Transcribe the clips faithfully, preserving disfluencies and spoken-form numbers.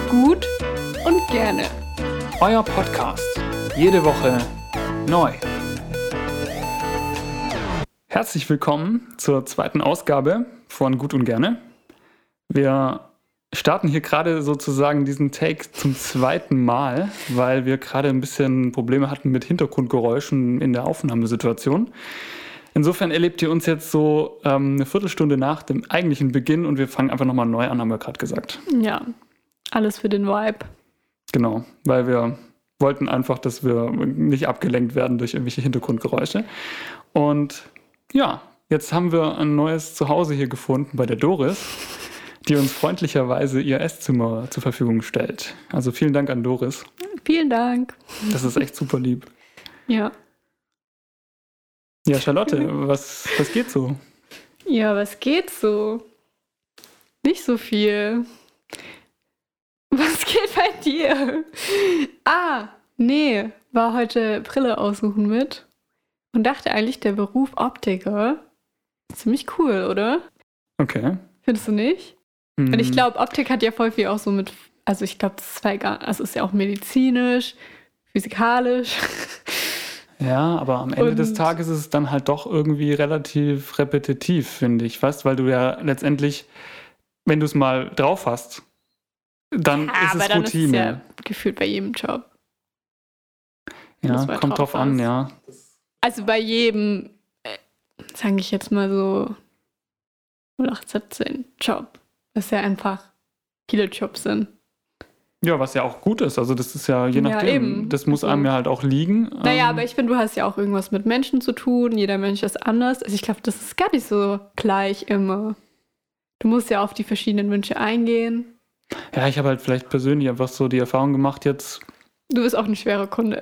Gut und gerne. Euer Podcast. Jede Woche neu. Herzlich willkommen zur zweiten Ausgabe von Gut und gerne. Wir starten hier gerade sozusagen diesen Take zum zweiten Mal, weil wir gerade ein bisschen Probleme hatten mit Hintergrundgeräuschen in der Aufnahmesituation. Insofern erlebt ihr uns jetzt so ähm, eine Viertelstunde nach dem eigentlichen Beginn und wir fangen einfach nochmal neu an, haben wir gerade gesagt. Ja, alles für den Vibe. Genau, weil wir wollten einfach, dass wir nicht abgelenkt werden durch irgendwelche Hintergrundgeräusche. Und ja, jetzt haben wir ein neues Zuhause hier gefunden bei der Doris, die uns freundlicherweise ihr Esszimmer zur Verfügung stellt. Also vielen Dank an Doris. Vielen Dank. Das ist echt super lieb. Ja. Ja, Charlotte, was, was geht so? Ja, was geht so? Nicht so viel. Was geht bei dir? Ah, nee, war heute Brille aussuchen mit und dachte eigentlich, der Beruf Optiker ist ziemlich cool, oder? Okay. Findest du nicht? Hm. Und ich glaube, Optik hat ja voll viel auch so mit, also ich glaube, das ist zwar egal, also ist ja auch medizinisch, physikalisch. Ja, aber am Ende Und des Tages ist es dann halt doch irgendwie relativ repetitiv, finde ich, weißt, weil du ja letztendlich, wenn du es mal drauf hast, dann ja, ist aber es dann Routine. ist es ja gefühlt bei jedem Job. Ja, Muss man kommt drauf drauf an, was. ja. Also bei jedem, äh, sage ich jetzt mal so, null acht siebzehn Job, was ja einfach viele Jobs sind. Ja, was ja auch gut ist. Also das ist ja, je Ja, nachdem, eben. das muss Also- einem ja halt auch liegen. Naja, Ähm, aber ich finde, du hast ja auch irgendwas mit Menschen zu tun. Jeder Mensch ist anders. Also ich glaube, das ist gar nicht so gleich immer. Du musst ja auf die verschiedenen Wünsche eingehen. Ja, ich habe halt vielleicht persönlich einfach so die Erfahrung gemacht jetzt. Du bist auch ein schwerer Kunde.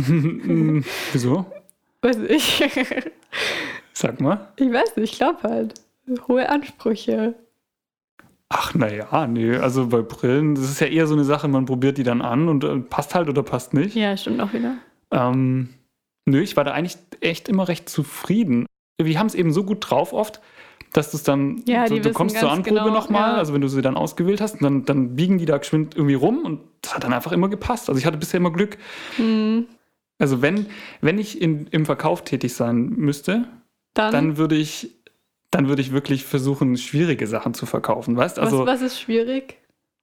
Wieso? Weiß ich. Sag mal. Ich weiß nicht, ich glaube halt. Hohe Ansprüche. Ach, naja, nee, also bei Brillen, das ist ja eher so eine Sache, man probiert die dann an und äh, passt halt oder passt nicht. Ja, stimmt auch wieder. Ähm, nö, ich war da eigentlich echt immer recht zufrieden. Wir haben es eben so gut drauf oft, dass du es dann, Ja, so, die du wissen kommst zur ganz Anprobe genau, nochmal, ja. also wenn du sie dann ausgewählt hast, dann, dann biegen die da geschwind irgendwie rum und das hat dann einfach immer gepasst. Also ich hatte bisher immer Glück. Hm, Also wenn, wenn ich in, im Verkauf tätig sein müsste, dann, dann würde ich, dann würde ich wirklich versuchen, schwierige Sachen zu verkaufen, weißt? Also, was, was ist schwierig?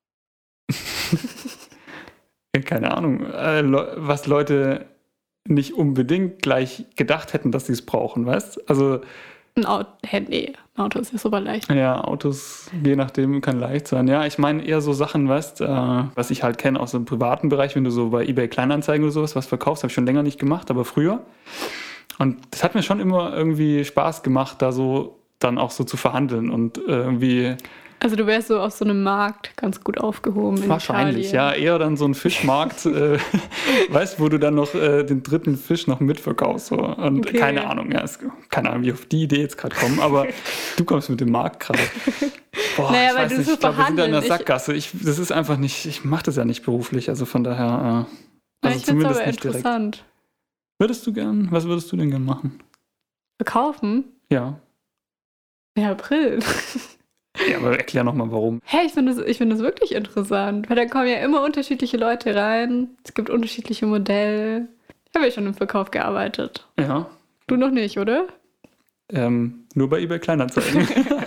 ja, keine Ahnung, äh, Le- was Leute nicht unbedingt gleich gedacht hätten, dass sie es brauchen, weißt? Also Ein Auto, hä, nee, ein Auto ist ja super leicht. ja, Autos, je nachdem, kann leicht sein. Ja, ich meine eher so Sachen, weißt, äh, was ich halt kenne aus dem privaten Bereich, wenn du so bei eBay Kleinanzeigen oder sowas was verkaufst, habe ich schon länger nicht gemacht, aber früher. Und das hat mir schon immer irgendwie Spaß gemacht, da so dann auch so zu verhandeln und äh, irgendwie Also du wärst so auf so einem Markt ganz gut aufgehoben in wahrscheinlich, Italien. ja, eher dann so ein Fischmarkt, äh, weißt, wo du dann noch äh, den dritten Fisch noch mitverkaufst. So. Und Okay. keine Ahnung, ja, es, keine Ahnung, wie ich auf die Idee jetzt gerade kommen, aber du kommst mit dem Markt gerade. Boah, Naja, ich weil weiß du nicht, so ich glaube, wir sind da in der verhandeln. Ich- Sackgasse. Ich, das ist einfach nicht, ich mache das ja nicht beruflich, also von daher, äh, Ja, also ich finde es zumindest aber nicht direkt. interessant. Würdest du gern, was würdest du denn gern machen? Verkaufen? Ja, Ja, Brillen. ja, aber erklär nochmal, warum. Hey, ich finde das, ich find das wirklich interessant, weil da kommen ja immer unterschiedliche Leute rein. Es gibt unterschiedliche Modelle. Ich habe ja schon im Verkauf gearbeitet. Ja, Du noch nicht, oder? ähm, nur bei eBay Kleinanzeigen.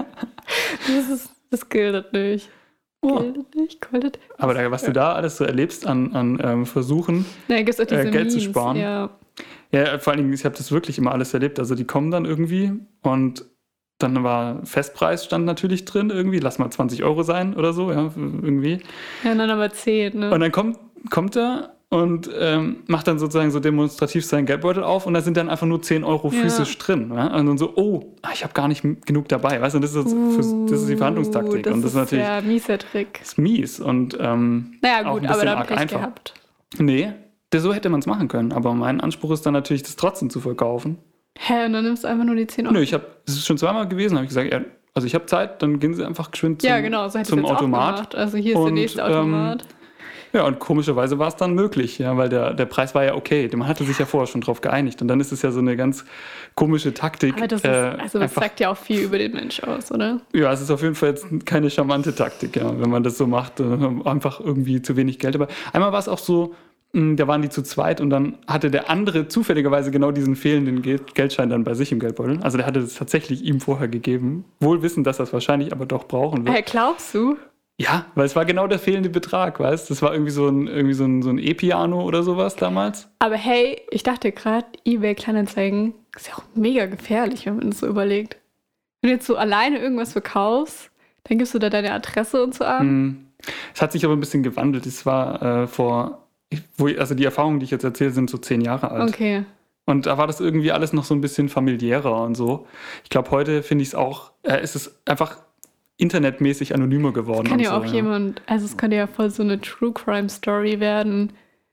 Das, ist, das gilt nicht. Oh. Gilt nicht, gilt. Aber da, was du da alles so erlebst an, an ähm, Versuchen, Na, gibt es auch diese Äh, Geld zu Memes, sparen. Ja. ja, vor allen Dingen, ich habe das wirklich immer alles erlebt. Also die kommen dann irgendwie und dann war Festpreis stand natürlich drin irgendwie, lass mal zwanzig Euro sein oder so, ja, irgendwie. Ja, dann aber zehn, ne? Und dann kommt, kommt er und ähm, macht dann sozusagen so demonstrativ seinen Geldbeutel auf und da sind dann einfach nur zehn Euro Ja. physisch drin. Ja? Und dann so, oh, ich habe gar nicht m- genug dabei, weißt du, das ist, das, das ist die Verhandlungstaktik. Uh, das und das ist natürlich ja mieser Trick. ist mies und ähm, Naja, auch gut, ein aber bisschen dann arg Pech einfach. gehabt. Nee, das, so hätte man es machen können. Aber mein Anspruch ist dann natürlich, das trotzdem zu verkaufen. Hä, und dann nimmst du einfach nur die zehn Euro. Nö, ich habe, es ist schon zweimal gewesen, habe ich gesagt, ja, also ich habe Zeit, dann gehen Sie einfach geschwind zum, Ja, genau, so hättest du zum jetzt Automat. auch gemacht. Also hier ist der Und, nächste ähm, Automat. Ja, und komischerweise war es dann möglich, ja, weil der, der Preis war ja okay. Man hatte sich ja vorher schon drauf geeinigt. Und dann ist es ja so eine ganz komische Taktik. Aber das ist, äh, also das einfach, sagt ja auch viel über den Mensch aus, oder? Ja, es ist auf jeden Fall jetzt keine charmante Taktik, ja, wenn man das so macht. äh, Einfach irgendwie zu wenig Geld. Aber einmal war es auch so, mh, da waren die zu zweit und dann hatte der andere zufälligerweise genau diesen fehlenden Gel- Geldschein dann bei sich im Geldbeutel. Also der hatte es tatsächlich ihm vorher gegeben. Wohl wissend, dass er es wahrscheinlich aber doch brauchen wird. Hey, glaubst du? Ja, weil es war genau der fehlende Betrag, weißt du? Das war irgendwie so ein, irgendwie so ein, so ein E-Piano oder sowas damals. Aber hey, ich dachte gerade, eBay Kleinanzeigen ist ja auch mega gefährlich, wenn man das so überlegt. Wenn du jetzt so alleine irgendwas verkaufst, dann gibst du da deine Adresse und so an. Hm. Es hat sich aber ein bisschen gewandelt. Es war äh, vor, ich- wo ich, also die Erfahrungen, die ich jetzt erzähle, sind so zehn Jahre alt. Okay. Und da war das irgendwie alles noch so ein bisschen familiärer und so. Ich glaube, heute finde ich es auch, äh, ist es einfach internetmäßig anonymer geworden. Kann und ja so, auch jemand, also es könnte ja voll so eine True Crime Story werden.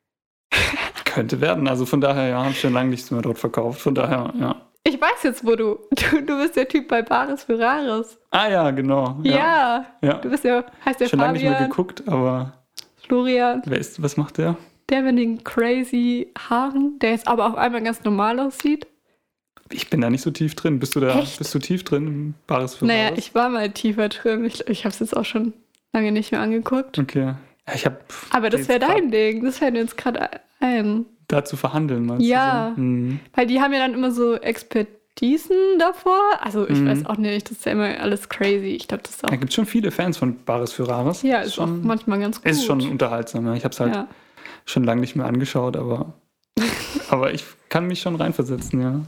Könnte werden. Also von daher, ja, habe ich schon lange nichts mehr dort verkauft. Von daher, ja. Ich weiß jetzt, wo du, du, du bist der Typ bei Bares für Rares. Ah ja, genau. Ja, ja. du bist ja, heißt der Schon lange nicht mehr Fabian, geguckt, aber Florian, wer ist, was macht der? der mit den crazy Haaren, der jetzt aber auf einmal ganz normal aussieht. Ich bin da nicht so tief drin. Bist du da, Echt? bist du tief drin im Bares für Naja, Rares? ich war mal tiefer drin. Ich, ich habe es jetzt auch schon lange nicht mehr angeguckt. Okay. Ja, ich hab Aber das jetzt wäre grad dein Ding. Das fällt mir jetzt gerade ein. Da zu verhandeln, meinst Ja. du? So? Mhm. Weil die haben ja dann immer so Expertisen davor. Also ich Mhm. weiß auch nicht, das ist ja immer alles crazy. Ich glaube, das ist auch... Da gibt es schon viele Fans von Bares für Rares. Ja, ist auch schon, manchmal ganz gut. ist schon unterhaltsam. Ja. Ich habe es halt Ja. schon lange nicht mehr angeschaut, aber, aber ich kann mich schon reinversetzen, ja.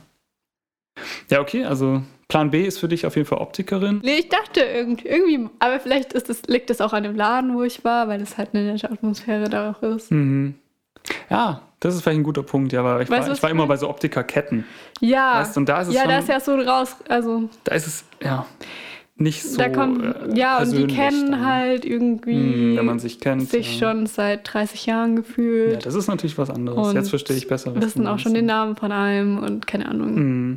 Ja, okay, also Plan B ist für dich auf jeden Fall Optikerin. Nee, ich dachte irgendwie, irgendwie aber vielleicht ist das, liegt das auch an dem Laden, wo ich war, weil es halt eine nette Atmosphäre da auch ist. Mhm. Ja, das ist vielleicht ein guter Punkt, ja, aber ich Weißt war, du, was ich war ich immer mein? bei so Optikerketten. Ja, Weißt du, und da ist es ja, schon, da ist ja so raus, also da ist es, ja, nicht so da kommt, äh, ja, und die persönlich kennen dann. halt irgendwie Mhm, wenn man sich kennt. sich ja. schon seit dreißig Jahren Ja, gefühlt. das ist natürlich was anderes. Und Jetzt verstehe ich besser. was du wissen auch meinst. schon den Namen von einem und keine Ahnung. Mhm.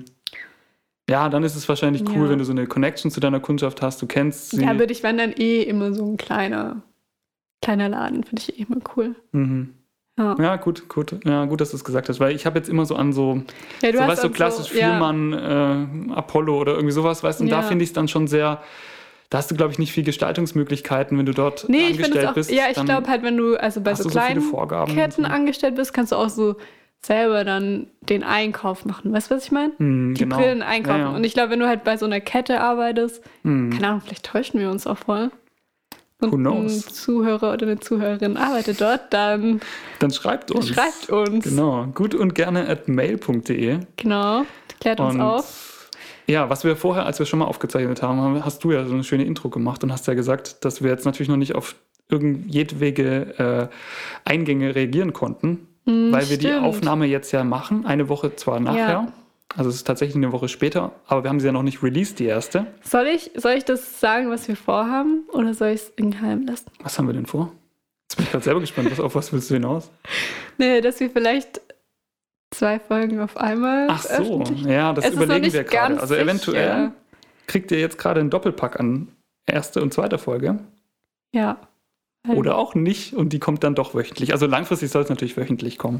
Ja, dann ist es wahrscheinlich cool, Ja. wenn du so eine Connection zu deiner Kundschaft hast. Du kennst sie. Ja, würde ich, wenn dann eh immer so ein kleiner, kleiner Laden, finde ich eh immer cool. Mhm. Ja, Ja, gut, gut. Ja, gut, dass du es gesagt hast, weil ich habe jetzt immer so an so, ja du so, hast weißt, so auch klassisch ja. Führmann, äh, Apollo oder irgendwie sowas, weißt du, und da Ja. finde ich es dann schon sehr, da hast du, glaube ich, nicht viel Gestaltungsmöglichkeiten, wenn du dort Nee, ich finde angestellt es auch, bist. ja, ich dann glaube halt, wenn du also bei hast so du so viele kleinen Vorgaben und Ketten so. angestellt bist, kannst du auch so selber dann den Einkauf machen. Weißt du, was ich meine? Mhm, Die genau. Brillen einkaufen. Ja, ja. Und ich glaube, wenn du halt bei so einer Kette arbeitest, Mhm. keine Ahnung, vielleicht täuschen wir uns auch voll. Und Who ein knows? Zuhörer oder eine Zuhörerin arbeitet dort, dann Dann schreibt uns. schreibt uns. Genau, gut und gerne at mail punkt de. Genau. Klärt uns Und auf. ja, was wir vorher, als wir schon mal aufgezeichnet haben, hast du ja so eine schöne Intro gemacht und hast ja gesagt, dass wir jetzt natürlich noch nicht auf irgend jedwege äh, Eingänge reagieren konnten, Hm, weil wir die stimmt. Aufnahme jetzt ja machen, eine Woche zwar nachher, Ja. also es ist tatsächlich eine Woche später, aber wir haben sie ja noch nicht released, die erste. Soll ich, soll ich das sagen, was wir vorhaben? Oder soll ich es in geheim lassen? Was haben wir denn vor? Jetzt bin ich gerade selber gespannt, was, auf was willst du hinaus? Nee, dass wir vielleicht zwei Folgen auf einmal Ach so, veröffentlichen. ja, das Es ist noch überlegen nicht wir gerade. ganz Also eventuell sicher. kriegt ihr jetzt gerade einen Doppelpack an erste und zweite Folge. Ja. Oder auch nicht und die kommt dann doch wöchentlich. Also langfristig soll es natürlich wöchentlich kommen.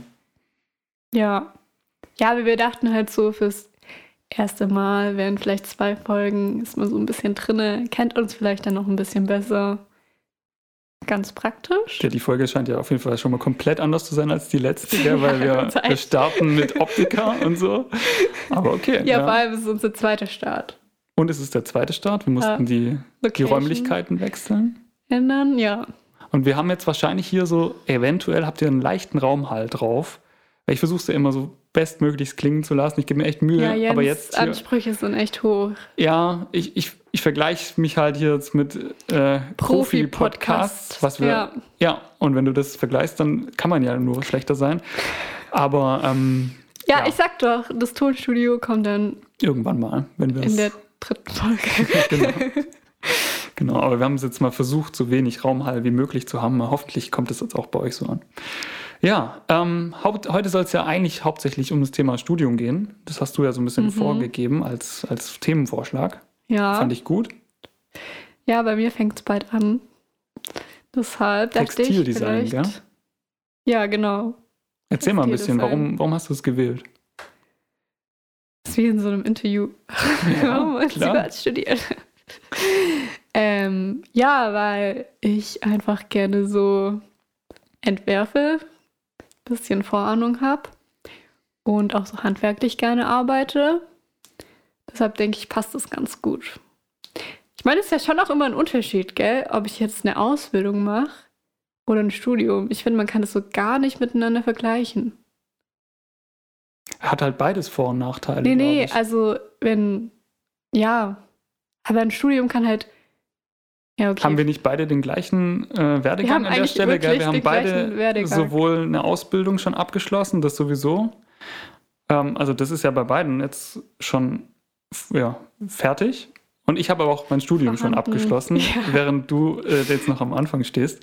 Ja. Ja, aber wir dachten halt so fürs erste Mal wären vielleicht zwei Folgen, ist man so ein bisschen drinne, kennt uns vielleicht dann noch ein bisschen besser. Ganz praktisch. Ja, die Folge scheint ja auf jeden Fall schon mal komplett anders zu sein als die letzte, gell? Weil Ja, wir, ganz echt. wir starten mit Optika und so. Aber okay. Ja, vor allem ist es unser zweiter Start. Und es ist der zweite Start. Wir mussten Ja. die, die Location Räumlichkeiten wechseln. ändern, ja. Und wir haben jetzt wahrscheinlich hier so, eventuell habt ihr einen leichten Raumhall drauf. Weil ich versuche es ja immer so bestmöglichst klingen zu lassen. Ich gebe mir echt Mühe. Ja, Jens, aber jetzt hier, Ansprüche sind echt hoch. ja, ich, ich, ich vergleiche mich halt hier jetzt mit äh, Profi-Podcasts. Was wir, Ja. ja, und wenn du das vergleichst, dann kann man ja nur schlechter sein. Aber ähm, Ja, Ja. ich sag doch, das Tonstudio kommt dann irgendwann mal, wenn wir in der es. dritten Folge. Genau. Genau, aber wir haben es jetzt mal versucht, so wenig Raumhall wie möglich zu haben. Hoffentlich kommt es jetzt auch bei euch so an. Ja, ähm, haupt, heute soll es ja eigentlich hauptsächlich um das Thema Studium gehen. Das hast du ja so ein bisschen Mhm. vorgegeben als, als Themenvorschlag. Ja. Fand ich gut. Ja, bei mir fängt es bald an. Deshalb dachte ich Textildesign, vielleicht, gell? Ja, genau. Erzähl mal ein bisschen, warum, warum hast du es gewählt? Das ist wie in so einem Interview. Ja, warum hast klar. du als studiert? ähm, ja, weil ich einfach gerne so entwerfe, ein bisschen Vorahnung habe und auch so handwerklich gerne arbeite. Deshalb denke ich, passt das ganz gut. Ich meine, es ist ja schon auch immer ein Unterschied, gell? Ob ich jetzt eine Ausbildung mache oder ein Studium. Ich finde, man kann das so gar nicht miteinander vergleichen. Hat halt beides Vor- und Nachteile. Nee, nee, ich. also wenn, ja, aber ein Studium kann halt, ja, okay. Haben wir nicht beide den gleichen äh, Werdegang an der Stelle? Gell? Wir haben beide sowohl eine Ausbildung schon abgeschlossen, das sowieso. Ähm, also das ist ja bei beiden jetzt schon ja, fertig. Und ich habe aber auch mein Studium Vorhanden. schon abgeschlossen, ja. während du äh, jetzt noch am Anfang stehst.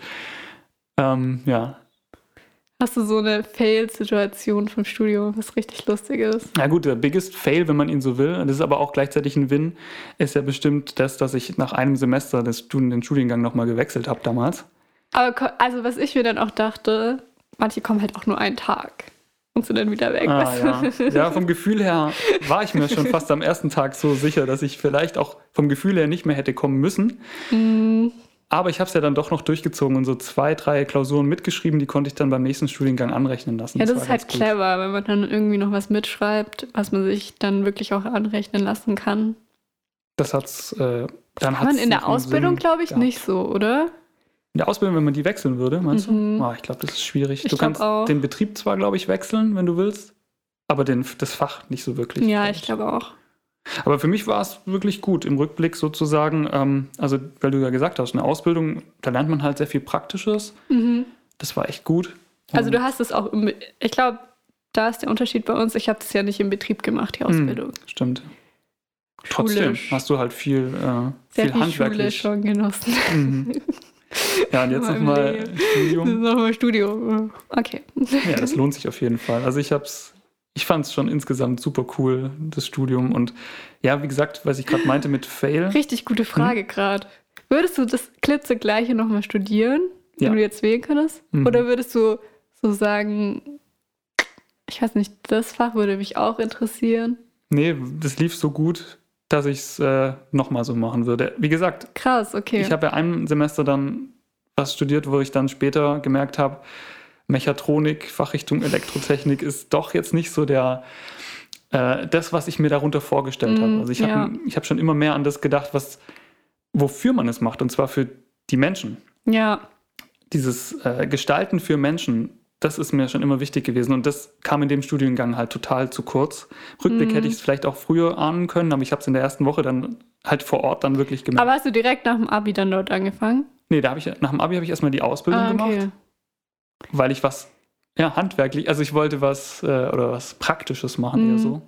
Ähm, ja. Hast du so eine Fail-Situation vom Studium, was richtig lustig ist? Ja gut, der biggest Fail, wenn man ihn so will, das ist aber auch gleichzeitig ein Win, ist ja bestimmt das, dass ich nach einem Semester des Studi- den Studiengang nochmal gewechselt habe damals. Aber also was ich mir dann auch dachte, manche kommen halt auch nur einen Tag und sind dann wieder weg. Ah, ja. ja, vom Gefühl her war ich mir schon fast am ersten Tag so sicher, dass ich vielleicht auch vom Gefühl her nicht mehr hätte kommen müssen. Mm. Aber ich habe es ja dann doch noch durchgezogen und so zwei, drei Klausuren mitgeschrieben, die konnte ich dann beim nächsten Studiengang anrechnen lassen. Ja, das, das ist halt clever, wenn man dann irgendwie noch was mitschreibt, was man sich dann wirklich auch anrechnen lassen kann. Das hat's äh, dann Kann man in der Ausbildung, glaube ich, gehabt. nicht so, oder? In der Ausbildung, wenn man die wechseln würde, meinst mhm. du? Oh, ich glaube, das ist schwierig. Ich du kannst auch. den Betrieb zwar, glaube ich, wechseln, wenn du willst, aber den, das Fach nicht so wirklich. Ja, ich glaube auch. Aber für mich war es wirklich gut im Rückblick sozusagen, ähm, also weil du ja gesagt hast, eine Ausbildung, da lernt man halt sehr viel Praktisches. Mhm. Das war echt gut. Also du hast es auch, im, ich glaube, da ist der Unterschied bei uns, ich habe das ja nicht im Betrieb gemacht, die Ausbildung. Mhm, stimmt. Trotzdem hast du halt viel, äh, sehr viel viel handwerklich. Schule schon genossen. Mhm. Ja, und jetzt nochmal Studium. Nochmal Studium. Okay. Ja, das lohnt sich auf jeden Fall. Also ich hab's Ich fand es schon insgesamt super cool, das Studium. Und ja, wie gesagt, was ich gerade meinte mit Fail. Richtig gute Frage hm? gerade. Würdest du das klitzegleiche nochmal studieren, wenn ja. du jetzt wählen könntest? Mhm. Oder würdest du so sagen, ich weiß nicht, das Fach würde mich auch interessieren? Nee, das lief so gut, dass ich es äh, nochmal so machen würde. Wie gesagt, krass, okay. Ich habe ja ein Semester dann was studiert, wo ich dann später gemerkt habe, Mechatronik, Fachrichtung Elektrotechnik ist doch jetzt nicht so der äh, das, was ich mir darunter vorgestellt mm, habe. Also ich ja. habe ich hab schon immer mehr an das gedacht, was, wofür man es macht, und zwar für die Menschen. Ja. Dieses äh, Gestalten für Menschen, das ist mir schon immer wichtig gewesen, und das kam in dem Studiengang halt total zu kurz. Rückblick mm. hätte ich es vielleicht auch früher ahnen können, aber ich habe es in der ersten Woche dann halt vor Ort dann wirklich gemerkt. Aber hast du direkt nach dem Abi dann dort angefangen? Nee, da habe ich nach dem Abi habe ich erstmal die Ausbildung ah, okay. gemacht. Weil ich was, ja, handwerklich, also ich wollte was, äh, oder was Praktisches machen, mhm. eher so.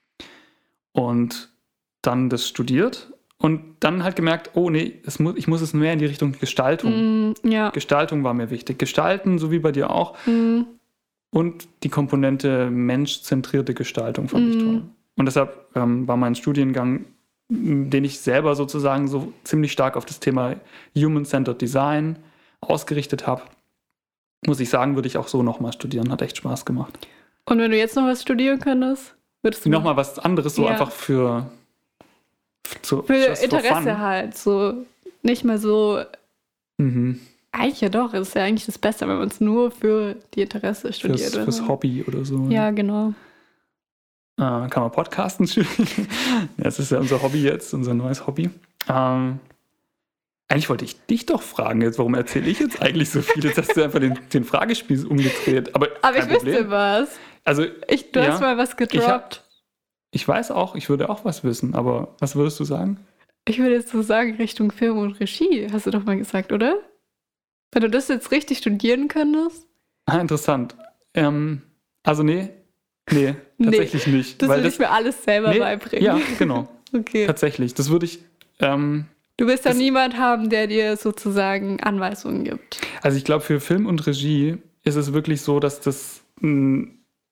Und dann das studiert und dann halt gemerkt, oh nee, es muss, ich muss es mehr in die Richtung Gestaltung. Mhm, ja. Gestaltung war mir wichtig. Gestalten, so wie bei dir auch. Mhm. Und die Komponente menschzentrierte Gestaltung fand mhm. ich toll. Und deshalb ähm, war mein Studiengang, den ich selber sozusagen so ziemlich stark auf das Thema Human-Centered Design ausgerichtet habe. Muss ich sagen, würde ich auch so nochmal studieren. Hat echt Spaß gemacht. Und wenn du jetzt noch was studieren könntest, würdest du... Nochmal was anderes, so ja. einfach für... Zu, für Interesse halt, so nicht mehr so... Mhm. Eigentlich ja doch, es ist ja eigentlich das Beste, wenn man es nur für die Interesse studiert. Fürs, fürs Hobby oder so. Ja, genau. Äh, kann man Podcasten studieren? Ja, das ist ja unser Hobby jetzt, unser neues Hobby. Ähm... Eigentlich wollte ich dich doch fragen jetzt, warum erzähle ich jetzt eigentlich so viel? Jetzt hast du einfach den, den Fragespieß umgedreht. Aber, Aber ich Problem. wüsste was. Also, ich, du ja, hast mal was gedroppt. Ich, hab, ich weiß auch, ich würde auch was wissen, aber was würdest du sagen? Ich würde jetzt so sagen, Richtung Film und Regie, hast du doch mal gesagt, oder? Wenn du das jetzt richtig studieren könntest? Ah, interessant. Ähm, also nee, nee, tatsächlich nee, nicht. Das weil würde das, ich mir alles selber nee, beibringen. Ja, genau. Okay. Tatsächlich, das würde ich... Ähm, Du willst ja niemand haben, der dir sozusagen Anweisungen gibt. Also ich glaube, für Film und Regie ist es wirklich so, dass das, mh,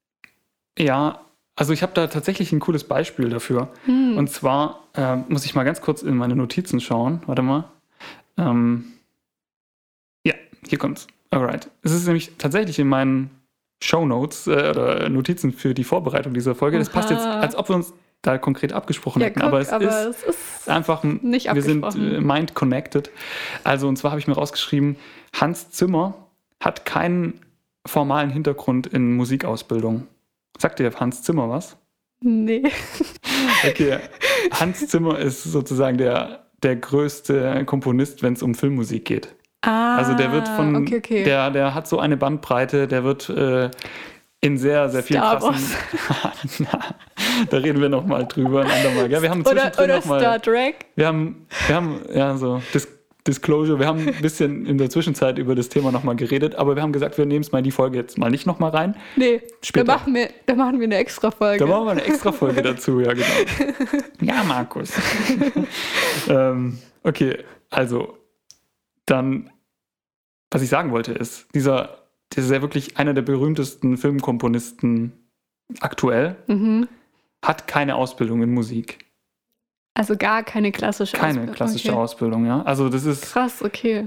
ja, also ich habe da tatsächlich ein cooles Beispiel dafür. Hm. Und zwar äh, muss ich mal ganz kurz in meine Notizen schauen. Warte mal. Ähm, ja, hier kommt's. Alright. Es ist nämlich tatsächlich in meinen Shownotes äh, oder Notizen für die Vorbereitung dieser Folge. Das passt jetzt, als ob wir uns da konkret abgesprochen Ja, hätten. guck, aber es aber ist, es ist einfach, ein- nicht wir sind abgesprochen. äh, mind connected. Also und zwar habe ich mir rausgeschrieben, Hans Zimmer hat keinen formalen Hintergrund in Musikausbildung. Sagt dir Hans Zimmer was? Nee. Okay, Hans Zimmer ist sozusagen der, der größte Komponist, wenn es um Filmmusik geht. Ah, Also der wird von, okay, okay. Der, der hat so eine Bandbreite, der wird äh, in sehr, sehr vielen Star krassen... Na, da reden wir nochmal drüber ein andermal. Gell? Wir haben Oder, zwischendrin oder noch mal, Star Trek. wir haben, wir haben, ja, so Dis Disclosure, wir haben ein bisschen in der Zwischenzeit über das Thema nochmal geredet, aber wir haben gesagt, wir nehmen es mal in die Folge jetzt mal nicht nochmal rein. Nee, Später. Da, machen wir, da machen wir eine extra Folge. Da machen wir eine extra Folge dazu, ja genau. Ja, Markus. ähm, okay, also dann, was ich sagen wollte ist, dieser, der ist ja wirklich einer der berühmtesten Filmkomponisten aktuell, Mhm. hat keine Ausbildung in Musik. Also gar keine klassische Keine Ausbildung. klassische okay. Ausbildung, ja. Also das ist, Krass, okay.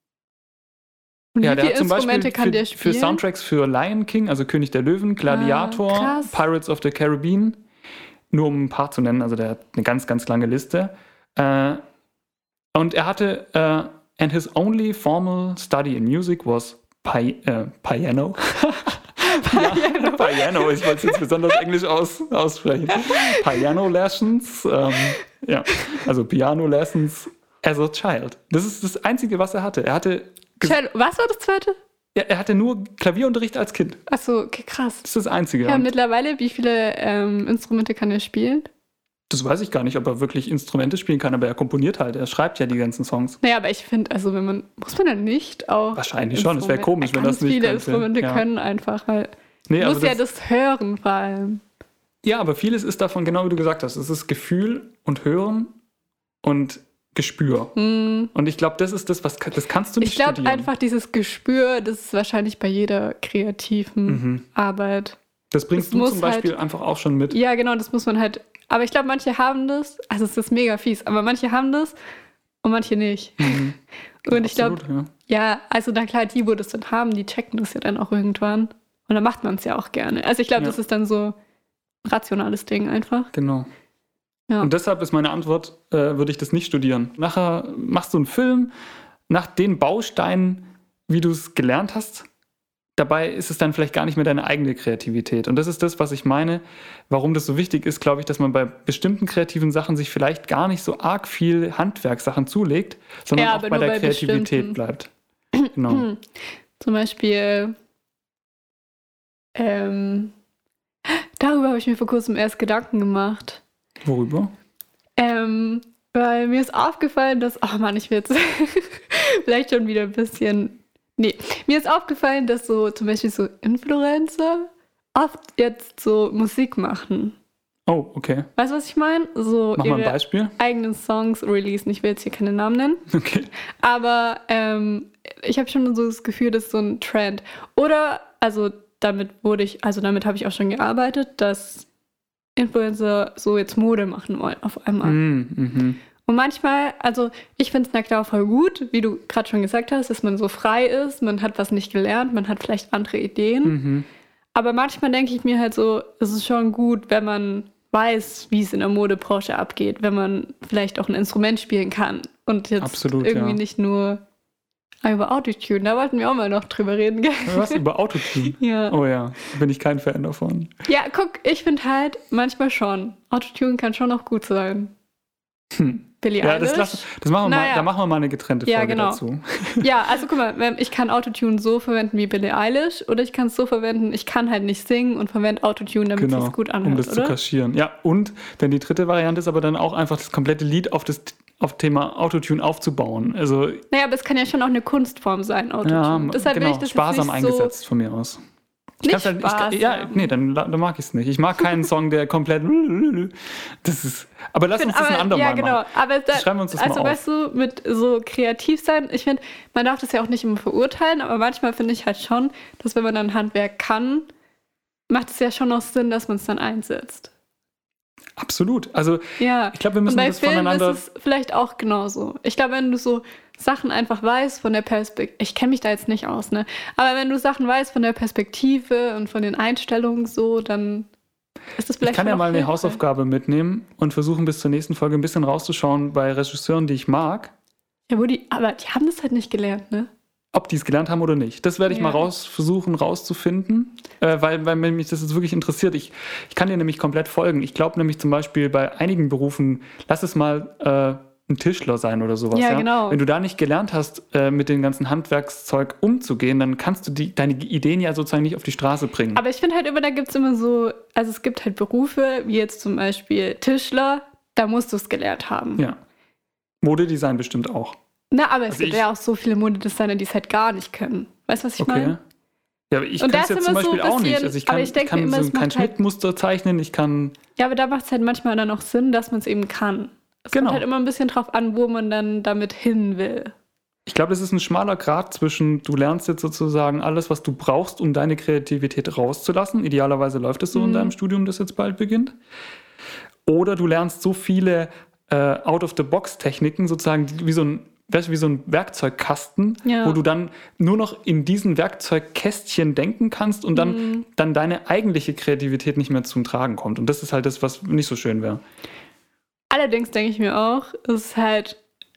Und ja, wie der viele hat zum Beispiel Instrumente kann für, der für spielen? Soundtracks für Lion King, also König der Löwen, Gladiator, Ah, krass. Pirates of the Caribbean, nur um ein paar zu nennen, also der hat eine ganz, ganz lange Liste. Äh, und er hatte, äh, and his only formal study in music was pi äh, piano. Piano. Piano, ich wollte es jetzt besonders englisch aus, aussprechen. Piano Lessons, ähm, ja, also Piano Lessons as a child. Das ist das Einzige, was er hatte. Er hatte, Cello. Was war das zweite? ja, er hatte nur Klavierunterricht als Kind. Achso, okay, krass. Das ist das Einzige. Ja, Und mittlerweile, wie viele ähm, Instrumente kann er spielen? das weiß ich gar nicht, ob er wirklich Instrumente spielen kann, aber er komponiert halt. Er schreibt ja die ganzen Songs. Naja, aber ich finde, also wenn man, muss man dann nicht auch Wahrscheinlich schon, es wäre Instrumente- komisch, wenn das nicht viele könnte. Instrumente Ja. können einfach, weil Nee, du aber musst ja das, das hören vor allem. ja, aber vieles ist davon, genau wie du gesagt hast. Es ist Gefühl und Hören und Gespür. Hm. Und ich glaube, das ist das, was das kannst du nicht Ich glaube studieren. einfach, dieses Gespür, das ist wahrscheinlich bei jeder kreativen Mhm. Arbeit. Das bringst es du muss zum Beispiel halt- einfach auch schon mit. Ja, genau, das muss man halt. Aber ich glaube, manche haben das, also es ist mega fies, aber manche haben das und manche nicht. Mhm. Und ich glaube, Absolut, ja. ja, also na klar, die, wo das dann haben, die checken das ja dann auch irgendwann. Und dann macht man es ja auch gerne. Also ich glaube, Ja. das ist dann so ein rationales Ding einfach. Genau. Ja. Und deshalb ist meine Antwort, äh, würde ich das nicht studieren. Nachher machst du einen Film nach den Bausteinen, wie du es gelernt hast. Dabei ist es dann vielleicht gar nicht mehr deine eigene Kreativität. Und das ist das, was ich meine, warum das so wichtig ist, glaube ich, dass man bei bestimmten kreativen Sachen sich vielleicht gar nicht so arg viel Handwerkssachen zulegt, sondern Ja, auch aber bei nur der bei Kreativität bestimmten. bleibt. Genau. Zum Beispiel, ähm, darüber habe ich mir vor kurzem erst Gedanken gemacht. Worüber? Ähm, weil mir ist aufgefallen, dass, oh Mann, ich will jetzt vielleicht schon wieder ein bisschen, nee, mir ist aufgefallen, dass so zum Beispiel so Influencer oft jetzt so Musik machen. Oh, okay. Weißt du, was ich meine? So Mach mal ein ihre Beispiel. eigenen Songs releasen. Ich will jetzt hier keine Namen nennen. Okay. Aber ähm, ich habe schon so das Gefühl, das ist so ein Trend. Oder, also damit wurde ich, also damit habe ich auch schon gearbeitet, dass Influencer so jetzt Mode machen wollen auf einmal. Mm, mhm. Und manchmal, also ich finde es na klar voll gut, wie du gerade schon gesagt hast, dass man so frei ist, man hat was nicht gelernt, man hat vielleicht andere Ideen. Mhm. Aber manchmal denke ich mir halt so, es ist schon gut, wenn man weiß, wie es in der Modebranche abgeht, wenn man vielleicht auch ein Instrument spielen kann und jetzt Absolut, irgendwie ja. nicht nur ah, über Autotune, da wollten wir auch mal noch drüber reden, gell? Was über Autotune? Ja. Oh ja, bin ich kein Fan davon. Ja, guck, ich finde halt manchmal schon, Autotune kann schon noch gut sein. Hm. Billie Ja, Eilish. das, lassen, das machen wir mal, Naja. da machen wir mal eine getrennte Ja, Folge genau. dazu. Ja, also guck mal, wenn- ich kann Autotune so verwenden wie Billie Eilish oder ich kann es so verwenden, ich kann halt nicht singen und verwende Autotune, damit Genau, es sich gut um anhört, das zu oder? kaschieren. Ja, und denn die dritte Variante ist aber dann auch einfach das komplette Lied auf das auf Thema Autotune aufzubauen. Also Naja, aber es kann ja schon auch eine Kunstform sein, Autotune. ja, Deshalb will genau, ich das sparsam jetzt nicht eingesetzt von mir aus. Ich Nicht kann's halt, ich, sparsam. ja, nee, dann, dann mag ich es nicht. Ich mag keinen Song, der komplett das ist. Aber lass uns das ein aber, andermal ja, genau. machen. Aber da, Schreiben wir uns das also mal auf. weißt du, mit so kreativ sein, ich finde, man darf das ja auch nicht immer verurteilen, aber manchmal finde ich halt schon, dass wenn man dann Handwerk kann, macht es ja schon noch Sinn, dass man es dann einsetzt. Absolut. Also Ja. ich glaube, wir müssen Und bei das Filmen voneinander... ist es vielleicht auch genauso. Ich glaube, wenn du so Sachen einfach weißt von der Perspektive, ich kenne mich da jetzt nicht aus, ne? Aber wenn du Sachen weißt von der Perspektive und von den Einstellungen so, dann ist das vielleicht Ich kann ja schon mal auch eine hilfreich. Hausaufgabe mitnehmen und versuchen bis zur nächsten Folge ein bisschen rauszuschauen bei Regisseuren, die ich mag, Ja, wo die, aber die haben das halt nicht gelernt, ne? ob die es gelernt haben oder nicht. Das werde ich Ja. mal raus versuchen rauszufinden, äh, weil, weil mich das jetzt wirklich interessiert. Ich, ich kann dir nämlich komplett folgen. Ich glaube nämlich zum Beispiel bei einigen Berufen, lass es mal äh, ein Tischler sein oder sowas. Ja, genau. Wenn du da nicht gelernt hast, äh, mit dem ganzen Handwerkszeug umzugehen, dann kannst du die, deine Ideen ja sozusagen nicht auf die Straße bringen. Aber ich finde halt immer, da gibt es immer so, also es gibt halt Berufe, wie jetzt zum Beispiel Tischler, da musst du es gelernt haben. Ja. Modedesign bestimmt auch. Na, aber es Also gibt ich- ja auch so viele Modedesigner, die es halt gar nicht können. Weißt du, was ich Okay. meine? Ja, aber ich Und kann da es ist jetzt zum immer so ein Beispiel auch nicht. bisschen- Also ich aber kann, ich denke kann mir immer, so es kein macht halt- Schnittmuster zeichnen, ich kann... Ja, aber da macht es halt manchmal dann auch Sinn, dass man es eben kann. Es Genau. kommt halt immer ein bisschen drauf an, wo man dann damit hin will. Ich glaube, das ist ein schmaler Grat zwischen, du lernst jetzt sozusagen alles, was du brauchst, um deine Kreativität rauszulassen. Idealerweise läuft es so in Mhm. deinem Studium, das jetzt bald beginnt. Oder du lernst so viele äh, Out-of-the-Box-Techniken, sozusagen die- wie so ein, weißt du, wie so ein Werkzeugkasten, Ja. wo du dann nur noch in diesen Werkzeugkästchen denken kannst und dann, Mhm. dann deine eigentliche Kreativität nicht mehr zum Tragen kommt. Und das ist halt das, was nicht so schön wäre. Allerdings denke ich mir auch, es ist halt,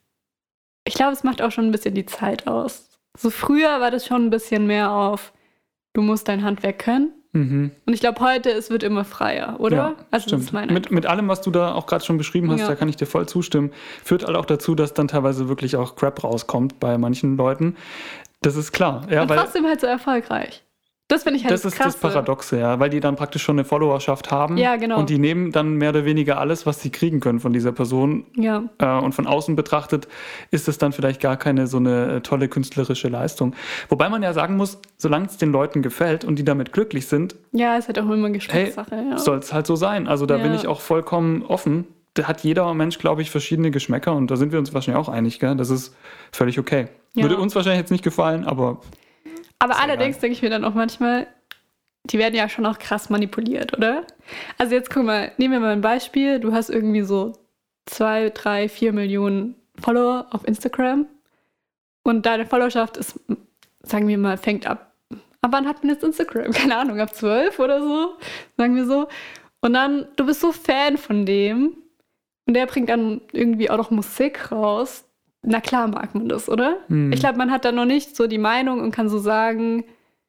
ich glaube, es macht auch schon ein bisschen die Zeit aus. So früher war das schon ein bisschen mehr auf, du musst dein Handwerk können. Mhm. Und ich glaube, heute, es wird immer freier, oder? Ja, also das stimmt. ist meine Mit, mit allem, was du da auch gerade schon beschrieben hast, Ja. da kann ich dir voll zustimmen. Führt halt auch dazu, dass dann teilweise wirklich auch Crap rauskommt bei manchen Leuten. Das ist klar. Ja, Und weil trotzdem halt so erfolgreich. Das finde ich halt das ist krass. das Paradoxe, ja, weil die dann praktisch schon eine Followerschaft haben. Ja, genau. Und die nehmen dann mehr oder weniger alles, was sie kriegen können von dieser Person. Ja, Äh, und von außen betrachtet ist es dann vielleicht gar keine so eine äh, tolle künstlerische Leistung. Wobei man ja sagen muss, solange es den Leuten gefällt und die damit glücklich sind, ja, ist halt auch immer hey, Geschmackssache. Ja. soll es halt so sein. Also da bin Ja. ich auch vollkommen offen. Da hat jeder Mensch, glaube ich, verschiedene Geschmäcker und da sind wir uns wahrscheinlich auch einig, gell? Das ist völlig okay. Ja. Würde uns wahrscheinlich jetzt nicht gefallen, aber Aber Ist ja allerdings egal. denke ich mir dann auch manchmal, die werden ja schon auch krass manipuliert, oder? Also jetzt guck mal, nehmen wir mal ein Beispiel. Du hast irgendwie so zwei, drei, vier Millionen Follower auf Instagram und deine Followerschaft ist, sagen wir mal, fängt ab. Ab wann hat man jetzt Instagram? Keine Ahnung, ab zwölf oder so, sagen wir so. Und dann, du bist so Fan von dem und der bringt dann irgendwie auch noch Musik raus. Na klar mag man das, oder? Hm. Ich glaube, man hat da noch nicht so die Meinung und kann so sagen,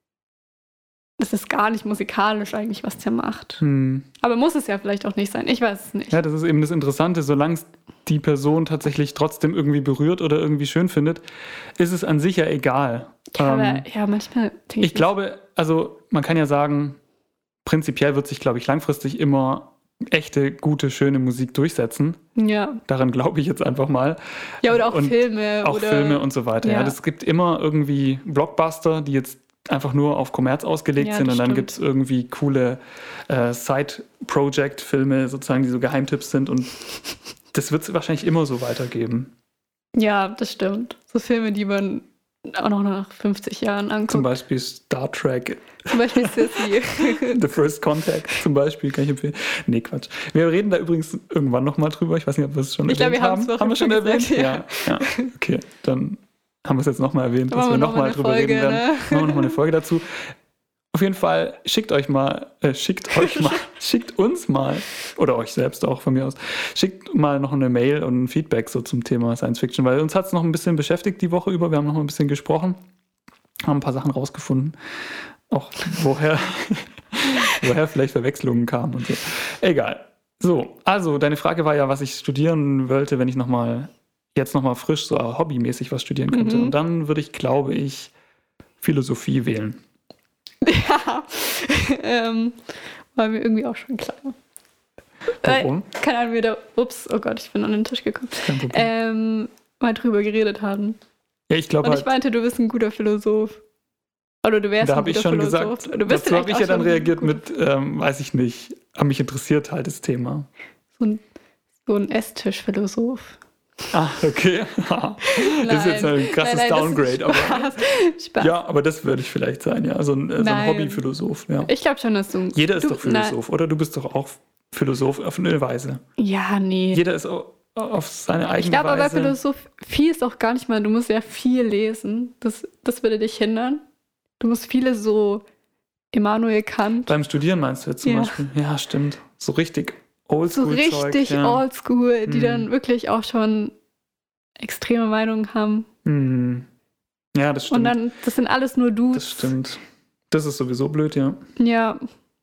das ist gar nicht musikalisch eigentlich, was der macht. hm. Aber muss es ja vielleicht auch nicht sein. Ich weiß es nicht. Ja, das ist eben das Interessante. Solange es die Person tatsächlich trotzdem irgendwie berührt oder irgendwie schön findet, ist es an sich ja egal. Ja, Ähm, aber ja, manchmal denke ich glaube, also man kann ja sagen, prinzipiell wird sich, glaube ich, langfristig immer echte, gute, schöne Musik durchsetzen. Ja. Daran glaube ich jetzt einfach mal. Ja, oder auch Und Filme. Auch oder, Filme und so weiter. Ja. Ja. Das gibt immer irgendwie Blockbuster, die jetzt einfach nur auf Kommerz ausgelegt Ja, sind das und dann stimmt. gibt es irgendwie coole äh, Side-Project-Filme, sozusagen, die so Geheimtipps sind und das wird es wahrscheinlich immer so weitergeben. Ja, das stimmt. So Filme, die man auch noch nach fünfzig Jahren anguckt. Zum Beispiel Star Trek, Zum Beispiel Sissy. The First Contact zum Beispiel, kann ich empfehlen. Nee, Quatsch. Wir reden da übrigens irgendwann nochmal drüber. Ich weiß nicht, ob wir es schon Ich glaube, erwähnt wir haben. haben's auf Haben wir jeden schon Fall erwähnt? gesagt, Ja. ja. Okay, dann haben wir es jetzt nochmal erwähnt, Dann dass wir machen wir noch nochmal mal drüber eine reden Folge, werden. ne? Machen wir nochmal eine Folge dazu. Auf jeden Fall schickt euch mal, äh, schickt euch mal, schickt uns mal, oder euch selbst auch von mir aus, schickt mal noch eine Mail und ein Feedback so zum Thema Science Fiction, weil uns hat es noch ein bisschen beschäftigt die Woche über. Wir haben noch mal ein bisschen gesprochen, haben ein paar Sachen rausgefunden, auch woher, woher vielleicht Verwechslungen kamen und so. Egal. So, also deine Frage war ja, was ich studieren wollte, wenn ich noch mal, jetzt nochmal frisch, so hobbymäßig was studieren könnte. Mhm. Und dann würde ich, glaube ich, Philosophie wählen. Ja. ähm, war mir irgendwie auch schon klar. Warum? Äh, keine Ahnung, wie da, ups, oh Gott, ich bin an den Tisch gekommen. Kein Problem. Ähm, mal drüber geredet haben. Ja, ich glaube Und halt, ich meinte, du bist ein guter Philosoph. Oder du wärst da ein habe guter ich schon Philosoph. gesagt, Du bist dazu habe vielleicht ich auch ja dann schon ein reagiert guter- mit, ähm, weiß ich nicht, aber mich interessiert halt das Thema. So ein, so ein Esstischphilosoph. Ah, okay. Das ist jetzt ein krasses nein, nein, Downgrade. Das ist Aber, Spaß. Spaß. ja, aber das würde ich vielleicht sein, ja. So ein, äh, so ein Nein. Hobbyphilosoph, ja. Ich glaube schon, dass du. Jeder ist du, doch Philosoph, oder? Du bist doch auch Philosoph auf eine Weise. Ja, nee. Jeder ist auf seine eigene Ich glaube aber, Weise. Philosophie ist auch gar nicht mal, du musst ja viel lesen. Das, das würde dich hindern. Du musst viele so Immanuel Kant. Beim Studieren meinst du jetzt zum Ja. Beispiel? Ja, stimmt. So richtig So Oldschool-Zeug. richtig ja. oldschool, die Mhm. dann wirklich auch schon extreme Meinungen haben. Hm. Ja, das stimmt. Und dann, das sind alles nur Dudes. Das stimmt. Das ist sowieso blöd, ja. Ja,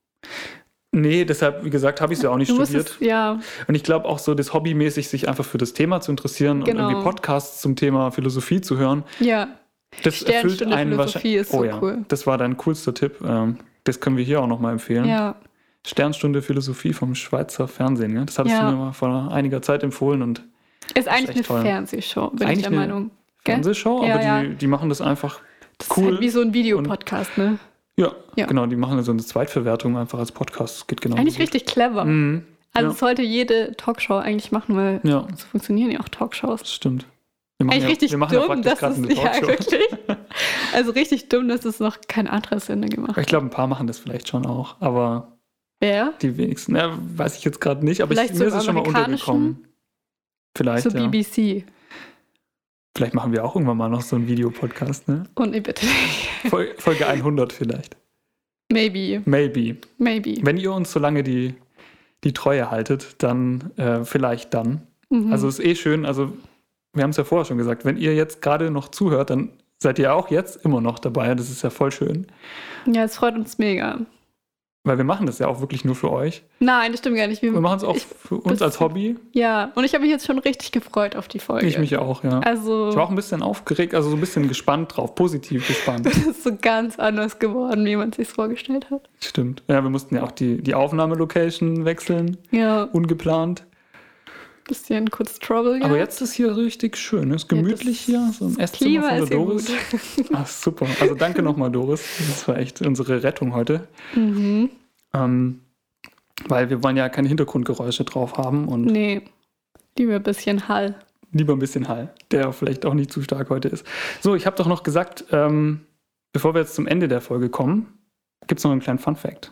Nee, deshalb, wie gesagt, habe ich es ja auch nicht du musst studiert. es, ja, Und ich glaube auch so, das hobbymäßig sich einfach für das Thema zu interessieren Genau. und irgendwie Podcasts zum Thema Philosophie zu hören, ja. das erfüllt Sternstunde einen Philosophie wahrscheinlich. ist so oh ja, cool. das war dein coolster Tipp. Ähm, Das können wir hier auch nochmal empfehlen. Ja, Sternstunde Philosophie vom Schweizer Fernsehen. Ja? Das hattest Ja. du mir mal vor einiger Zeit empfohlen. Und ist eigentlich echt eine toll. Fernsehshow, bin Eigentlich ich der eine Meinung. Gell? Fernsehshow, Ja, aber ja. Die, die machen das einfach Das cool. ist halt wie so ein Videopodcast, ne? Ja, Ja. genau, die machen so eine Zweitverwertung einfach als Podcast. Das geht genau Eigentlich gut. richtig clever. Mhm. Also ja. das sollte jede Talkshow eigentlich machen, weil Ja, so funktionieren ja auch Talkshows. das stimmt. Wir machen Eigentlich ja, richtig wir machen ja dumm, praktisch dass gerade es eine ja Talkshow. wirklich. Also richtig dumm, dass es noch kein anderer Sender gemacht Ich glaube, ein paar machen das vielleicht schon auch, aber Wer? die wenigsten, ja, weiß ich jetzt gerade nicht, aber Vielleicht ich, so mir ist im es schon mal amerikanischen? untergekommen. Vielleicht, So ja. B B C. Vielleicht machen wir auch irgendwann mal noch so einen Videopodcast, ne? Und nee, bitte nicht. Fol- Folge hundert vielleicht. Maybe. Maybe. Maybe. Wenn ihr uns so lange die, die Treue haltet, dann äh, vielleicht dann. Mhm. Also ist eh schön, also wir haben es ja vorher schon gesagt, wenn ihr jetzt gerade noch zuhört, dann seid ihr auch jetzt immer noch dabei. Das ist ja voll schön. Ja, es freut uns mega. Weil wir machen das ja auch wirklich nur für euch. Nein, das stimmt gar nicht. Wir, Wir machen es auch ich, für uns als Hobby. Ja, und ich habe mich jetzt schon richtig gefreut auf die Folge. Ich mich auch, ja. Also, Ich war auch ein bisschen aufgeregt, also so ein bisschen gespannt drauf, positiv gespannt. es ist so ganz anders geworden, wie man es sich vorgestellt hat. Stimmt. Ja, wir mussten ja auch die, die Aufnahmelocation wechseln, Ja, ungeplant. bisschen kurz Trouble. Aber gehabt. jetzt ist hier richtig schön. Es ist gemütlich Ja, hier, das- so im das Esszimmer Klima von der ist hier Doris. gut. Ach, super. Also danke nochmal, Doris. Das war echt unsere Rettung heute. Mhm. Ähm, weil wir wollen ja keine Hintergrundgeräusche drauf haben und Nee, lieber ein bisschen Hall. lieber ein bisschen Hall, der vielleicht auch nicht zu stark heute ist. So, ich habe doch noch gesagt, ähm, bevor wir jetzt zum Ende der Folge kommen, gibt es noch einen kleinen Fun-Fact.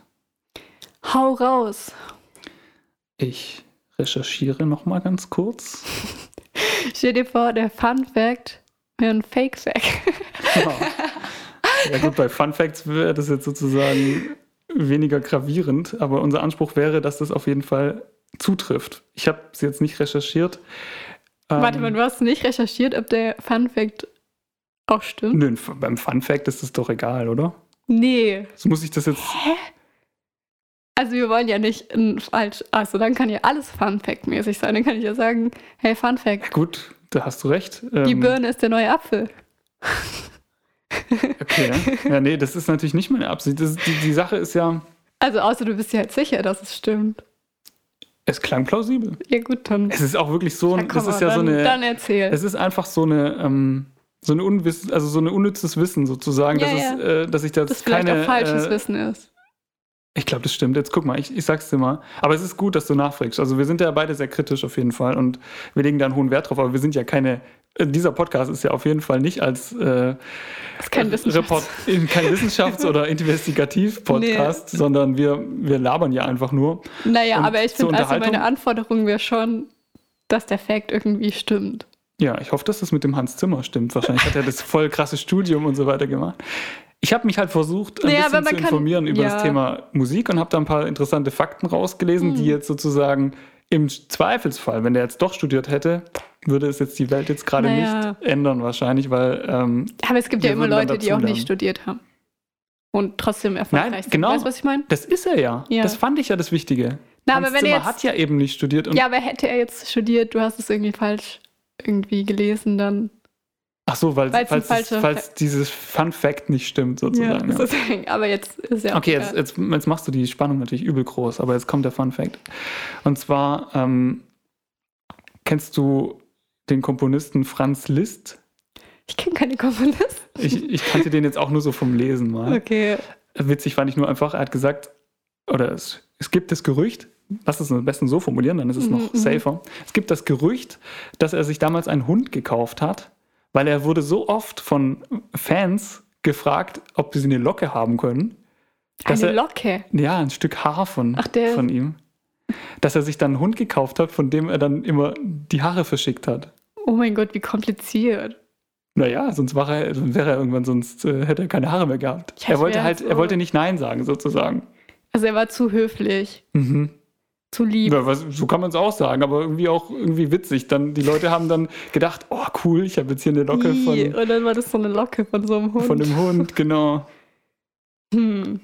Hau raus. Ich recherchiere nochmal ganz kurz. Stell dir vor, der Fun Fact wäre ein Fake Fact. Ja. Ja gut, bei Fun Facts wäre das jetzt sozusagen weniger gravierend, aber unser Anspruch wäre, dass das auf jeden Fall zutrifft. Ich habe es jetzt nicht recherchiert. Warte Ähm, mal, du hast nicht recherchiert, ob der Fun Fact auch stimmt? Nö, beim Fun Fact ist es doch egal, oder? Nee. So muss ich das jetzt... Also wir wollen ja nicht ein falsch. Also dann kann ja alles Fun Fact-mäßig sein. Dann kann ich ja sagen, hey, Fun Fact, Gut, da hast du recht. die Ähm, Birne ist der neue Apfel. Okay. Ja, nee, das ist natürlich nicht meine Absicht. Das, die, die Sache ist ja, Also außer du bist ja halt sicher, dass es stimmt. es klang plausibel. Ja gut, dann. Es ist auch wirklich so, Ja, ein, komm es ist mal, ja so dann, eine... Dann erzähl. Es ist einfach so eine, ähm, so eine Unwiss, also so ein unnützes Wissen sozusagen, Ja, dass, ja. Es, äh, dass ich da das jetzt vielleicht keine. auch falsches äh, Wissen ist. Ich glaube, das stimmt. Jetzt guck mal, ich, ich sag's dir mal. Aber es ist gut, dass du nachfragst. Also wir sind ja beide sehr kritisch auf jeden Fall und wir legen da einen hohen Wert drauf. Aber wir sind ja keine. äh, Dieser Podcast ist ja auf jeden Fall nicht als äh, Das ist kein Wissenschafts- Report, in- kein Wissenschafts- oder Investigativ-Podcast, sondern wir, wir labern ja einfach nur. Naja, Und aber ich zur finde, also Unterhaltung- meine Anforderung wäre schon, dass der Fact irgendwie stimmt. Ja, ich hoffe, dass das mit dem Hans Zimmer stimmt. Wahrscheinlich hat er das voll krasse Studium und so weiter gemacht. Ich habe mich halt versucht, ein Naja, bisschen aber zu man kann- informieren über ja. das Thema Musik und habe da ein paar interessante Fakten rausgelesen, Hm. die jetzt sozusagen im Zweifelsfall, wenn der jetzt doch studiert hätte, würde es jetzt die Welt jetzt gerade Naja. nicht ändern wahrscheinlich, weil ähm, Aber es gibt ja Wir immer würden dann Leute, die auch dazulernen. nicht studiert haben. Und trotzdem erfolgreich Nein, sind. genau. Weißt du, was ich meine? das ist er ja. Ja. Das fand ich ja das Wichtige. Na, Hans aber wenn Zimmer er jetzt, hat ja eben nicht studiert. Und ja, aber hätte er jetzt studiert, du hast es irgendwie falsch irgendwie gelesen, dann. ach so, weil, Weil's ein falls, es, falscher falls dieses Fun Fact nicht stimmt sozusagen. Ja. sozusagen. Aber jetzt ist ja. Okay, auch jetzt, egal. jetzt, jetzt machst du die Spannung natürlich übel groß, aber jetzt kommt der Fun Fact. Und zwar, ähm, kennst du den Komponisten Franz Liszt? Ich kenne keine Komponisten. Ich, ich kannte den jetzt auch nur so vom Lesen mal. Okay. Witzig fand ich nur einfach, er hat gesagt, oder es, es gibt das Gerücht, lass es am besten so formulieren, dann ist es noch Mhm, safer. Es gibt das Gerücht, dass er sich damals einen Hund gekauft hat, weil er wurde so oft von Fans gefragt, ob sie eine Locke haben können. Dass Eine er, Locke. Ja, ein Stück Haar von, Ach, der- von ihm. dass er sich dann einen Hund gekauft hat, von dem er dann immer die Haare verschickt hat. Oh mein Gott, wie kompliziert. Naja, sonst war er, wäre er irgendwann, sonst äh, hätte er keine Haare mehr gehabt. Ja, er wollte wär halt, so. er wollte nicht Nein sagen, sozusagen. Also er war zu höflich, Mhm. zu lieb. Ja, was, so kann man es auch sagen, aber irgendwie auch irgendwie witzig. Dann, die Leute haben dann gedacht, oh cool, ich habe jetzt hier eine Locke Ih, von, und dann war das so eine Locke von so einem Hund. von dem Hund, genau. Hm.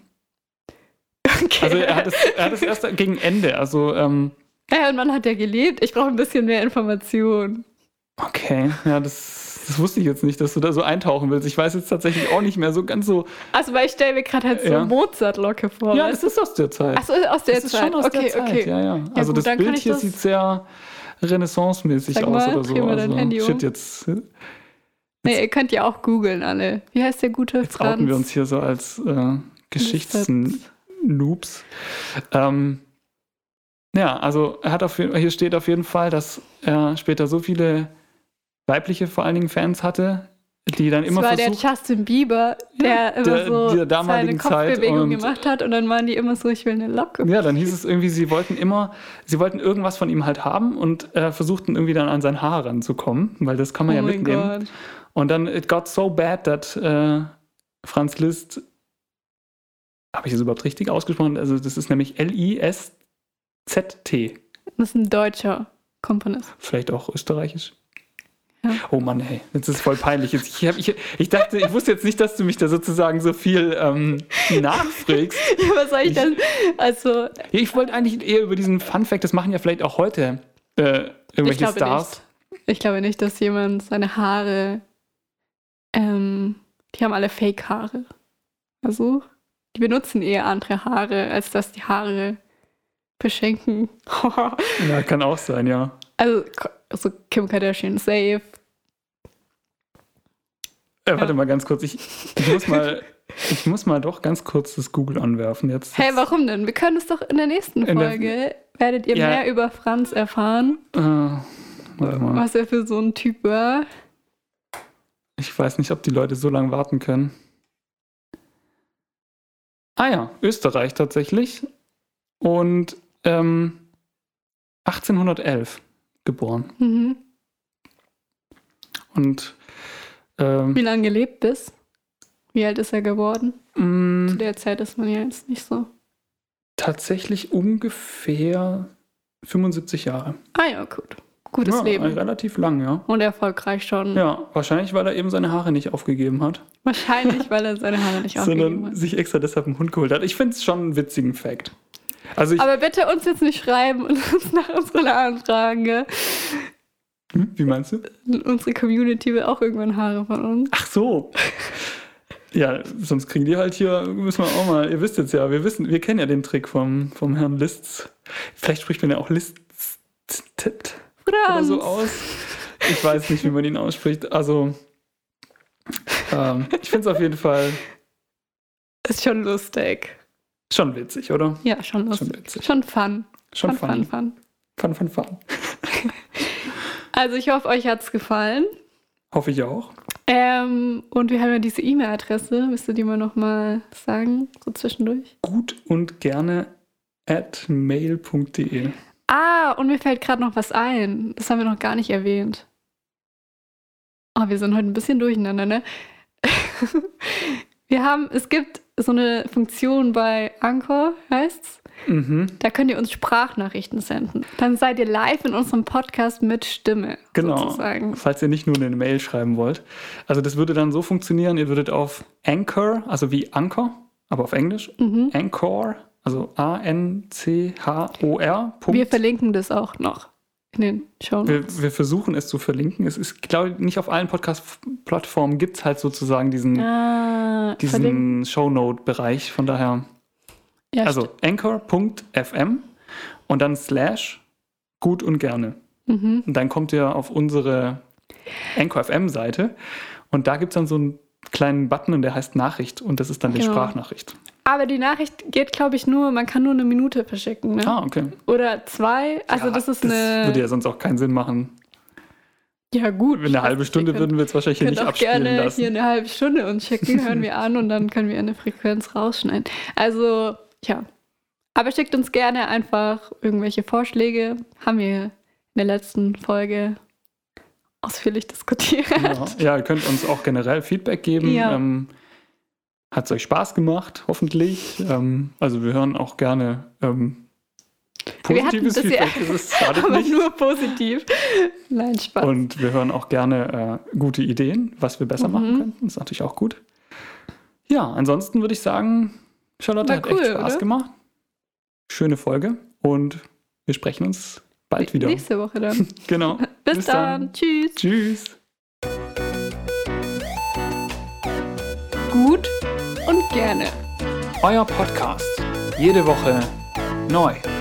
Okay. Also er hat es, er hat es erst gegen Ende, also ähm, Ja, und man hat ja gelebt. Ich brauche ein bisschen mehr Information. okay, ja, das, das wusste ich jetzt nicht, dass du da so eintauchen willst. Ich weiß jetzt tatsächlich auch nicht mehr so ganz so. Also, weil ich stelle mir gerade halt so Ja. eine Mozart-Locke vor. Ja, weißt das ist aus der Zeit. Achso, aus der das ist Zeit. schon aus okay, der Zeit, okay. ja, ja. Also gut, das dann kann Bild ich hier das- sieht sehr renaissance-mäßig Sag aus mal, oder so. dreh mal dein Also, Handy um. shit, jetzt, Nee, ihr könnt ja auch googeln alle. Wie heißt der gute jetzt Franz? outen wir uns hier so als äh, Geschichtsnoobs. Ähm, ja, also er hat auf, jeden- hier steht auf jeden Fall, dass er später so viele weibliche vor allen Dingen Fans hatte, die dann Das immer war versucht... der Justin Bieber, der Ja, immer der- so der damaligen seine Zeit Kopfbewegung und- gemacht hat und dann waren die immer so, ich will eine Locke. Ja, dann hieß es irgendwie, sie wollten immer, sie wollten irgendwas von ihm halt haben und äh, versuchten irgendwie dann an sein Haar ranzukommen, weil das kann man oh ja mein mitnehmen. Gott. Und dann, it got so bad that äh, Franz Liszt, habe ich das überhaupt richtig ausgesprochen? Also das ist nämlich L I S Z T. Das ist ein deutscher Komponist. Vielleicht auch österreichisch. Ja. Oh Mann, hey, jetzt ist es voll peinlich. Jetzt, ich, hab, ich, ich dachte, ich wusste jetzt nicht, dass du mich da sozusagen so viel ähm, nachfragst. Ja, was soll ich Ich- denn? Also, Ja, ich wollte eigentlich eher über diesen Fun-Fact, das machen ja vielleicht auch heute äh, irgendwelche ich glaube Stars. nicht. Ich glaube nicht, dass jemand seine Haare, ähm, die haben alle Fake-Haare. Also, die benutzen eher andere Haare, als dass die Haare verschenken. Ja, kann auch sein, ja. Also, also Kim Kardashian safe. Äh, warte Ja. mal ganz kurz, ich, ich, muss mal, ich muss mal doch ganz kurz das Google anwerfen jetzt. Hey, warum denn? Wir können es doch in der nächsten In der- Folge, werdet ihr Ja. mehr über Franz erfahren, Äh, warte mal. was er für so ein Typ war. Ich weiß nicht, ob die Leute so lange warten können. Ah ja, Österreich tatsächlich. Und ähm, achtzehnhundertelf geboren. Mhm. Und ähm, Wie lange gelebt bist? Wie alt ist er geworden? mh, Zu der Zeit ist man ja jetzt nicht so. tatsächlich ungefähr fünfundsiebzig Jahre. Ah ja, gut. Gutes Ja, Leben. relativ lang, ja. Und erfolgreich schon. Ja, wahrscheinlich, weil er eben seine Haare nicht aufgegeben hat, Wahrscheinlich, weil er seine Haare nicht aufgegeben sondern hat. sich extra deshalb einen Hund geholt hat. Ich finde es schon einen witzigen Fact. Also ich, Aber bitte uns jetzt nicht schreiben und uns nach unseren Haaren fragen, gell? hm, wie meinst du? Unsere Community will auch irgendwann Haare von uns. Ach so. Ja, sonst kriegen die halt hier, müssen wir auch mal, ihr wisst jetzt ja, wir wissen, wir kennen ja den Trick vom, vom Herrn Lisztz. Vielleicht spricht man ja auch Lisztz oder Franz! so aus. Ich weiß nicht, wie man ihn ausspricht. Also, ähm, ich finde es auf jeden Fall Ist schon lustig. schon witzig, oder? Ja, schon lustig. Schon witzig. Schon fun. Schon fun, fun, fun. Fun, fun, fun. Also ich hoffe, euch hat es gefallen. Hoffe ich auch. Ähm, und wir haben ja diese E-Mail-Adresse. Willst du die mal nochmal sagen, so zwischendurch? Gut und gerne at mail punkt de. Ah, und mir fällt gerade noch was ein. Das haben wir noch gar nicht erwähnt. Oh, wir sind heute ein bisschen durcheinander, ne? Wir haben, es gibt so eine Funktion bei Anchor, heißt's. Mhm, Da könnt ihr uns Sprachnachrichten senden. Dann seid ihr live in unserem Podcast mit Stimme, genau. sozusagen. Falls ihr nicht nur eine Mail schreiben wollt. Also das würde dann so funktionieren, ihr würdet auf Anchor, also wie Anchor, aber auf Englisch, Mhm. Anchor, also A N C H O R. Punkt. Wir verlinken das auch noch in den Shownotes. Wir, wir versuchen es zu verlinken. Es ist, glaube ich, nicht auf allen Podcast-Plattformen gibt es halt sozusagen diesen, Ah, verlinken. diesen Shownote-Bereich. Von daher, Ja, also anchor punkt f m und dann slash gut und gerne. Mhm. Und dann kommt ihr auf unsere Anchor F M-Seite und da gibt es dann so einen kleinen Button und der heißt Nachricht und das ist dann die Genau. Sprachnachricht. Aber die Nachricht geht, glaube ich, nur, man kann nur eine Minute verschicken, ne? Ah, okay. Oder zwei. Also Ja, das ist das eine. würde ja sonst auch keinen Sinn machen. Ja, gut. Eine halbe Stunde wir würden wir jetzt wahrscheinlich hier können nicht auch abspielen gerne lassen. hier eine halbe Stunde uns schicken, hören wir an und dann können wir eine Frequenz rausschneiden. Also, ja. Aber schickt uns gerne einfach irgendwelche Vorschläge. Haben wir in der letzten Folge ausführlich diskutiert. Ja, ja, ihr könnt uns auch generell Feedback geben. Ja. Ähm, hat es euch Spaß gemacht, hoffentlich. Ähm, also wir hören auch gerne ähm, positives wir Feedback. Ja, das schadet aber nicht. nur positiv. Nein, Spaß. Und wir hören auch gerne äh, gute Ideen, was wir besser Mhm. machen könnten. Das ist natürlich auch gut. Ja, ansonsten würde ich sagen, Charlotte War hat cool, echt Spaß oder? gemacht. Schöne Folge und wir sprechen uns bald wieder. Nächste Woche dann. Genau. Bis, Bis dann. dann. Tschüss. Tschüss. Gut und gerne. Euer Podcast. Jede Woche neu.